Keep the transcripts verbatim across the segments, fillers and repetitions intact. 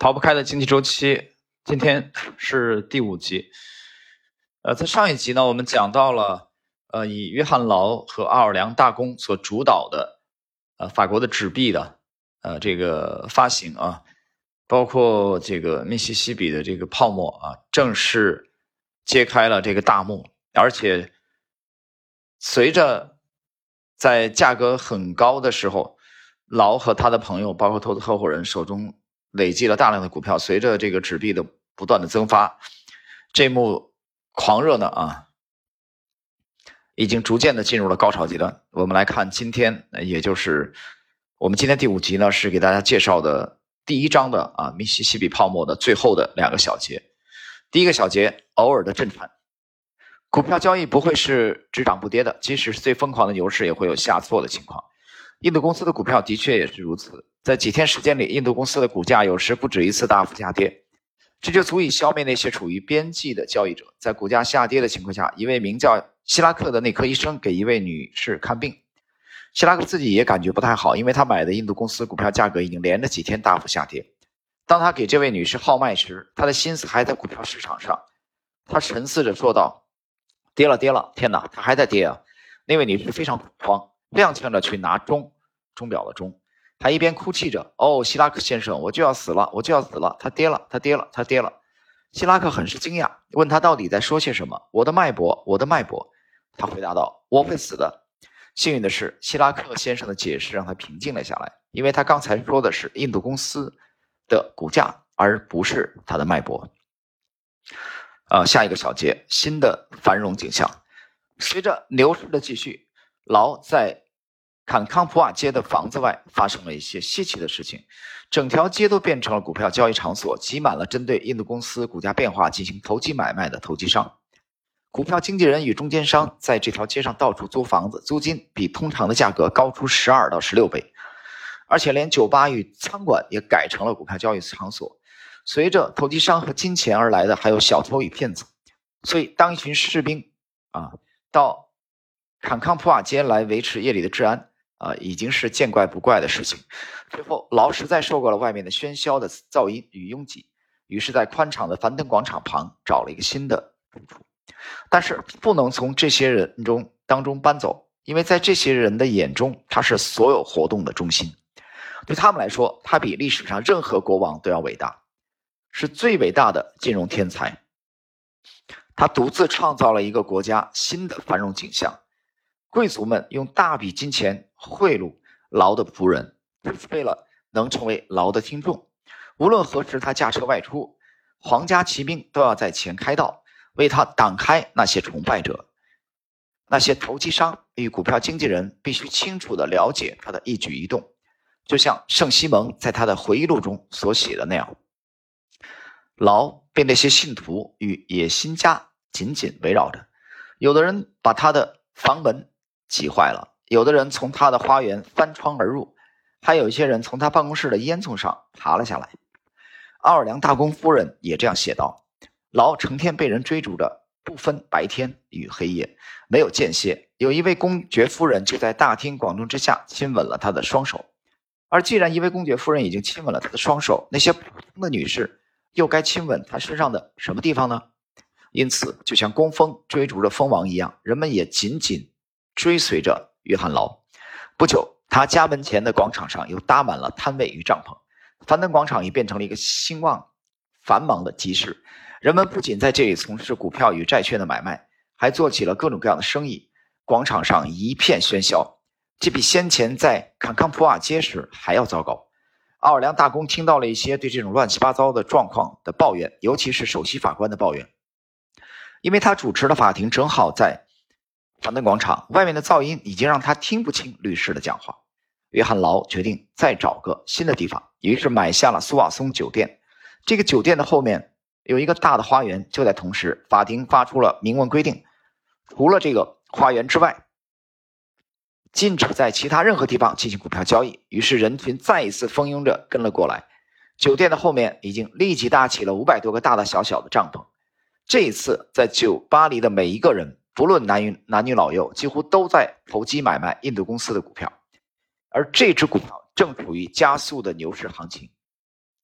逃不开的经济周期，今天是第五集。呃，在上一集呢，我们讲到了呃，以约翰劳和奥尔良大公所主导的呃法国的纸币的呃这个发行啊，包括这个密西西比的这个泡沫啊，正式揭开了这个大幕，而且随着在价格很高的时候，劳和他的朋友，包括投资合伙人手中累积了大量的股票，随着这个纸币的不断的增发，这幕狂热呢啊，已经逐渐的进入了高潮阶段。我们来看今天，也就是我们今天第五集呢，是给大家介绍的第一章的啊密西西比泡沫的最后的两个小节。第一个小节，偶尔的震撼。股票交易不会是只涨不跌的，即使是最疯狂的牛市也会有下挫的情况。印度公司的股票的确也是如此，在几天时间里，印度公司的股价有时不止一次大幅下跌，这就足以消灭那些处于边际的交易者。在股价下跌的情况下，一位名叫希拉克的内科医生给一位女士看病，希拉克自己也感觉不太好，因为他买的印度公司股票价格已经连着几天大幅下跌。当他给这位女士号脉时，他的心思还在股票市场上，他沉思着说道：跌了跌了，天哪，它还在跌啊！那位女士非常恐慌，踉跄着去拿钟钟表的钟，她一边哭泣着：哦，希拉克先生，我就要死了，我就要死了，它跌了，它跌了，它跌了。希拉克很是惊讶，问他到底在说些什么。我的脉搏，我的脉搏。他回答道：我会死的。幸运的是，希拉克先生的解释让他平静了下来，因为他刚才说的是印度公司的股价，而不是他的脉搏。呃，下一个小节，新的繁荣景象。随着牛市的继续，劳在坎康普瓦街的房子外发生了一些稀奇的事情，整条街都变成了股票交易场所，挤满了针对印度公司股价变化进行投机买卖的投机商。股票经纪人与中间商在这条街上到处租房子，租金比通常的价格高出十二到十六倍，而且连酒吧与餐馆也改成了股票交易场所。随着投机商和金钱而来的还有小偷与骗子，所以当一群士兵啊到坎康普瓦街来维持夜里的治安啊，已经是见怪不怪的事情。最后劳实在受够了外面的喧嚣的噪音与拥挤，于是在宽敞的樊登广场旁找了一个新的住处，但是不能从这些人中当中搬走，因为在这些人的眼中，他是所有活动的中心。对他们来说，他比历史上任何国王都要伟大，是最伟大的金融天才。他独自创造了一个国家新的繁荣景象。贵族们用大笔金钱贿赂劳的仆人，就是为了能成为劳的听众。无论何时他驾车外出，皇家骑兵都要在前开道，为他挡开那些崇拜者。那些投机商与股票经纪人必须清楚地了解他的一举一动，就像圣西蒙在他的回忆录中所写的那样。劳被那些信徒与野心家紧紧围绕着，有的人把他的房门挤坏了，有的人从他的花园翻窗而入，还有一些人从他办公室的烟囱上爬了下来。奥尔良大公夫人也这样写道：劳成天被人追逐着，不分白天与黑夜，没有间歇。有一位公爵夫人就在大庭广众之下亲吻了他的双手，而既然一位公爵夫人已经亲吻了他的双手，那些普通的女士又该亲吻他身上的什么地方呢？因此，就像工蜂追逐着蜂王一样，人们也紧紧追随着约翰劳。不久，他家门前的广场上又搭满了摊位与帐篷，樊登广场已变成了一个兴旺繁忙的集市。人们不仅在这里从事股票与债券的买卖，还做起了各种各样的生意。广场上一片喧嚣，这比先前在坎康普瓦街时还要糟糕。奥尔良大公听到了一些对这种乱七八糟的状况的抱怨，尤其是首席法官的抱怨，因为他主持的法庭正好在樊登广场，外面的噪音已经让他听不清律师的讲话。约翰劳决定再找个新的地方，于是买下了苏瓦松酒店。这个酒店的后面有一个大的花园，就在同时，法庭发出了明文规定，除了这个花园之外，禁止在其他任何地方进行股票交易。于是人群再一次蜂拥着跟了过来，酒店的后面已经立即搭起了五百多个大大小小的帐篷。这一次，在酒吧里的每一个人，不论男女男女老幼，几乎都在投机买卖印度公司的股票，而这只股票正处于加速的牛市行情。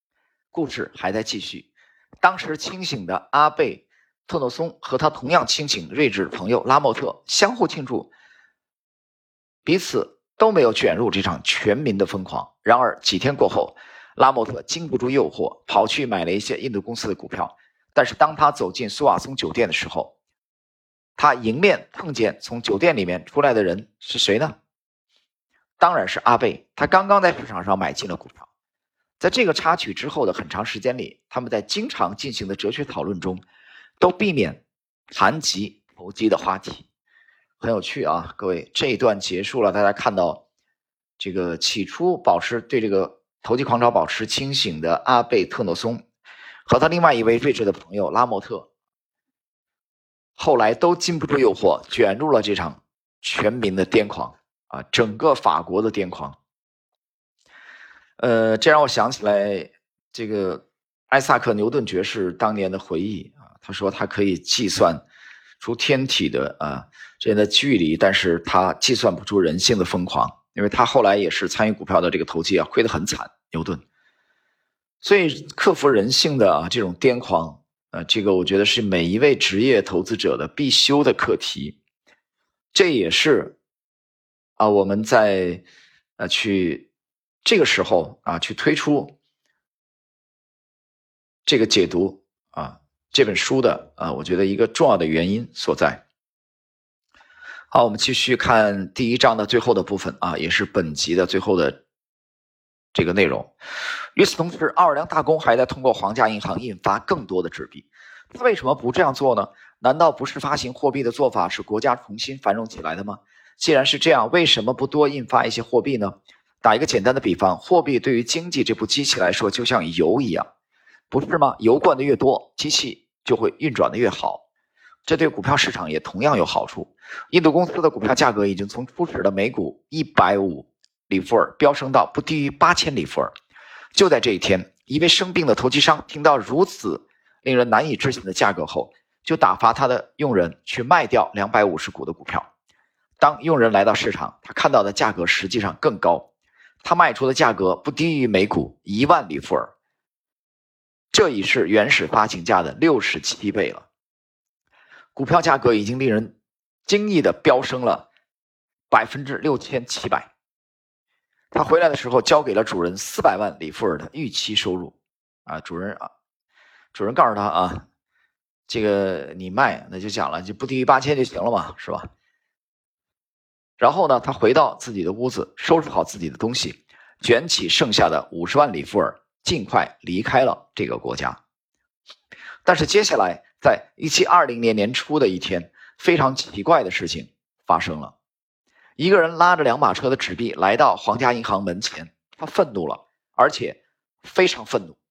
故事还在继续。当时清醒的阿贝特诺松和他同样清醒睿智的朋友拉莫特相互庆祝，彼此都没有卷入这场全民的疯狂。然而几天过后，拉莫特经不住诱惑，跑去买了一些印度公司的股票。但是当他走进苏瓦松酒店的时候，他迎面碰见从酒店里面出来的人是谁呢？当然是阿贝，他刚刚在市场上买进了股票。在这个插曲之后的很长时间里，他们在经常进行的哲学讨论中都避免谈及投机的话题。很有趣啊，各位，这一段结束了，大家看到这个起初保持对这个投机狂潮保持清醒的阿贝特诺松和他另外一位睿智的朋友拉莫特，后来都禁不住诱惑，卷入了这场全民的癫狂啊，整个法国的癫狂。呃，这让我想起来这个艾萨克·牛顿爵士当年的回忆啊，他说他可以计算出天体的啊这样的距离，但是他计算不出人性的疯狂，因为他后来也是参与股票的这个投机啊，亏得很惨，牛顿。所以克服人性的啊这种癫狂，呃，这个我觉得是每一位职业投资者的必修的课题。这也是啊我们在呃去这个时候啊去推出这个解读啊这本书的啊我觉得一个重要的原因所在。好，我们继续看第一章的最后的部分啊，也是本集的最后的这个内容。与此同时，奥尔良大公还在通过皇家银行印发更多的纸币。他为什么不这样做呢？难道不是发行货币的做法使国家重新繁荣起来的吗？既然是这样，为什么不多印发一些货币呢？打一个简单的比方，货币对于经济这部机器来说就像油一样，不是吗？油灌的越多，机器就会运转的越好。这对股票市场也同样有好处。印度公司的股票价格已经从初始的每股一百五里弗尔飙升到不低于八千里弗尔。就在这一天，一位生病的投机商听到如此令人难以置信的价格后，就打发他的佣人去卖掉两百五十股的股票。当佣人来到市场，他看到的价格实际上更高，他卖出的价格不低于每股一万里弗尔，这已是原始发行价的六十七倍了。股票价格已经令人惊异的飙升了百分之六千七百。他回来的时候交给了主人四百万里弗尔的预期收入啊，主人啊，主人告诉他啊，这个你卖那就讲了，就不低于八千就行了嘛，是吧？然后呢，他回到自己的屋子，收拾好自己的东西，卷起剩下的五十万里弗尔，尽快离开了这个国家。但是接下来，在一七二零年年初的一天，非常奇怪的事情发生了。一个人拉着两马车的纸币来到皇家银行门前，他愤怒了，而且非常愤怒。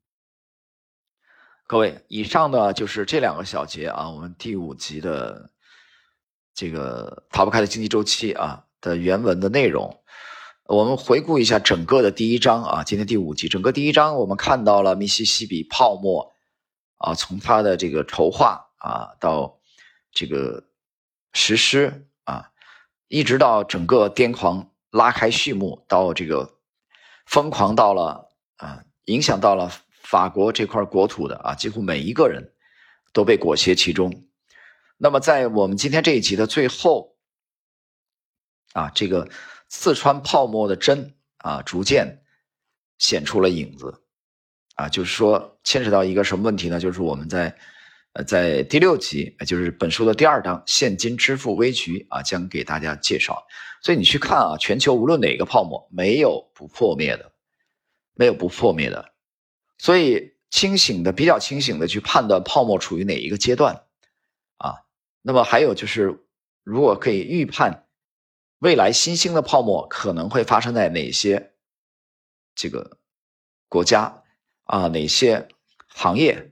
各位，以上呢就是这两个小节啊，我们第五集的这个逃不开的经济周期啊的原文的内容。我们回顾一下整个的第一章啊，今天第五集，整个第一章我们看到了密西西比泡沫啊，从它的这个筹划啊到这个实施啊，一直到整个癫狂拉开序幕，到这个疯狂到了啊，影响到了法国这块国土的啊，几乎每一个人都被裹挟其中。那么在我们今天这一集的最后啊，这个刺穿泡沫的针啊，逐渐显出了影子啊，就是说牵扯到一个什么问题呢？就是我们在呃在第六集，就是本书的第二章现金支付危局啊，将给大家介绍。所以你去看啊，全球无论哪个泡沫，没有不破灭的，没有不破灭的。所以清醒的，比较清醒的去判断泡沫处于哪一个阶段啊。那么还有就是，如果可以预判未来新兴的泡沫可能会发生在哪些这个国家啊，哪些行业，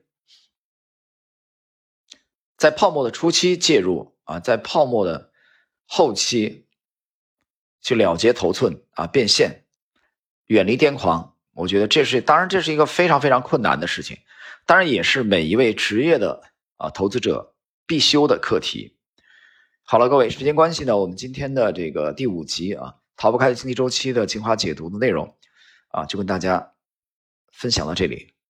在泡沫的初期介入啊，在泡沫的后期去了结头寸啊，变现，远离癫狂。我觉得这是，当然这是一个非常非常困难的事情，当然也是每一位职业的啊投资者必修的课题。好了，各位，时间关系呢，我们今天的这个第五集啊，逃不开的经济周期的精华解读的内容啊，就跟大家分享到这里。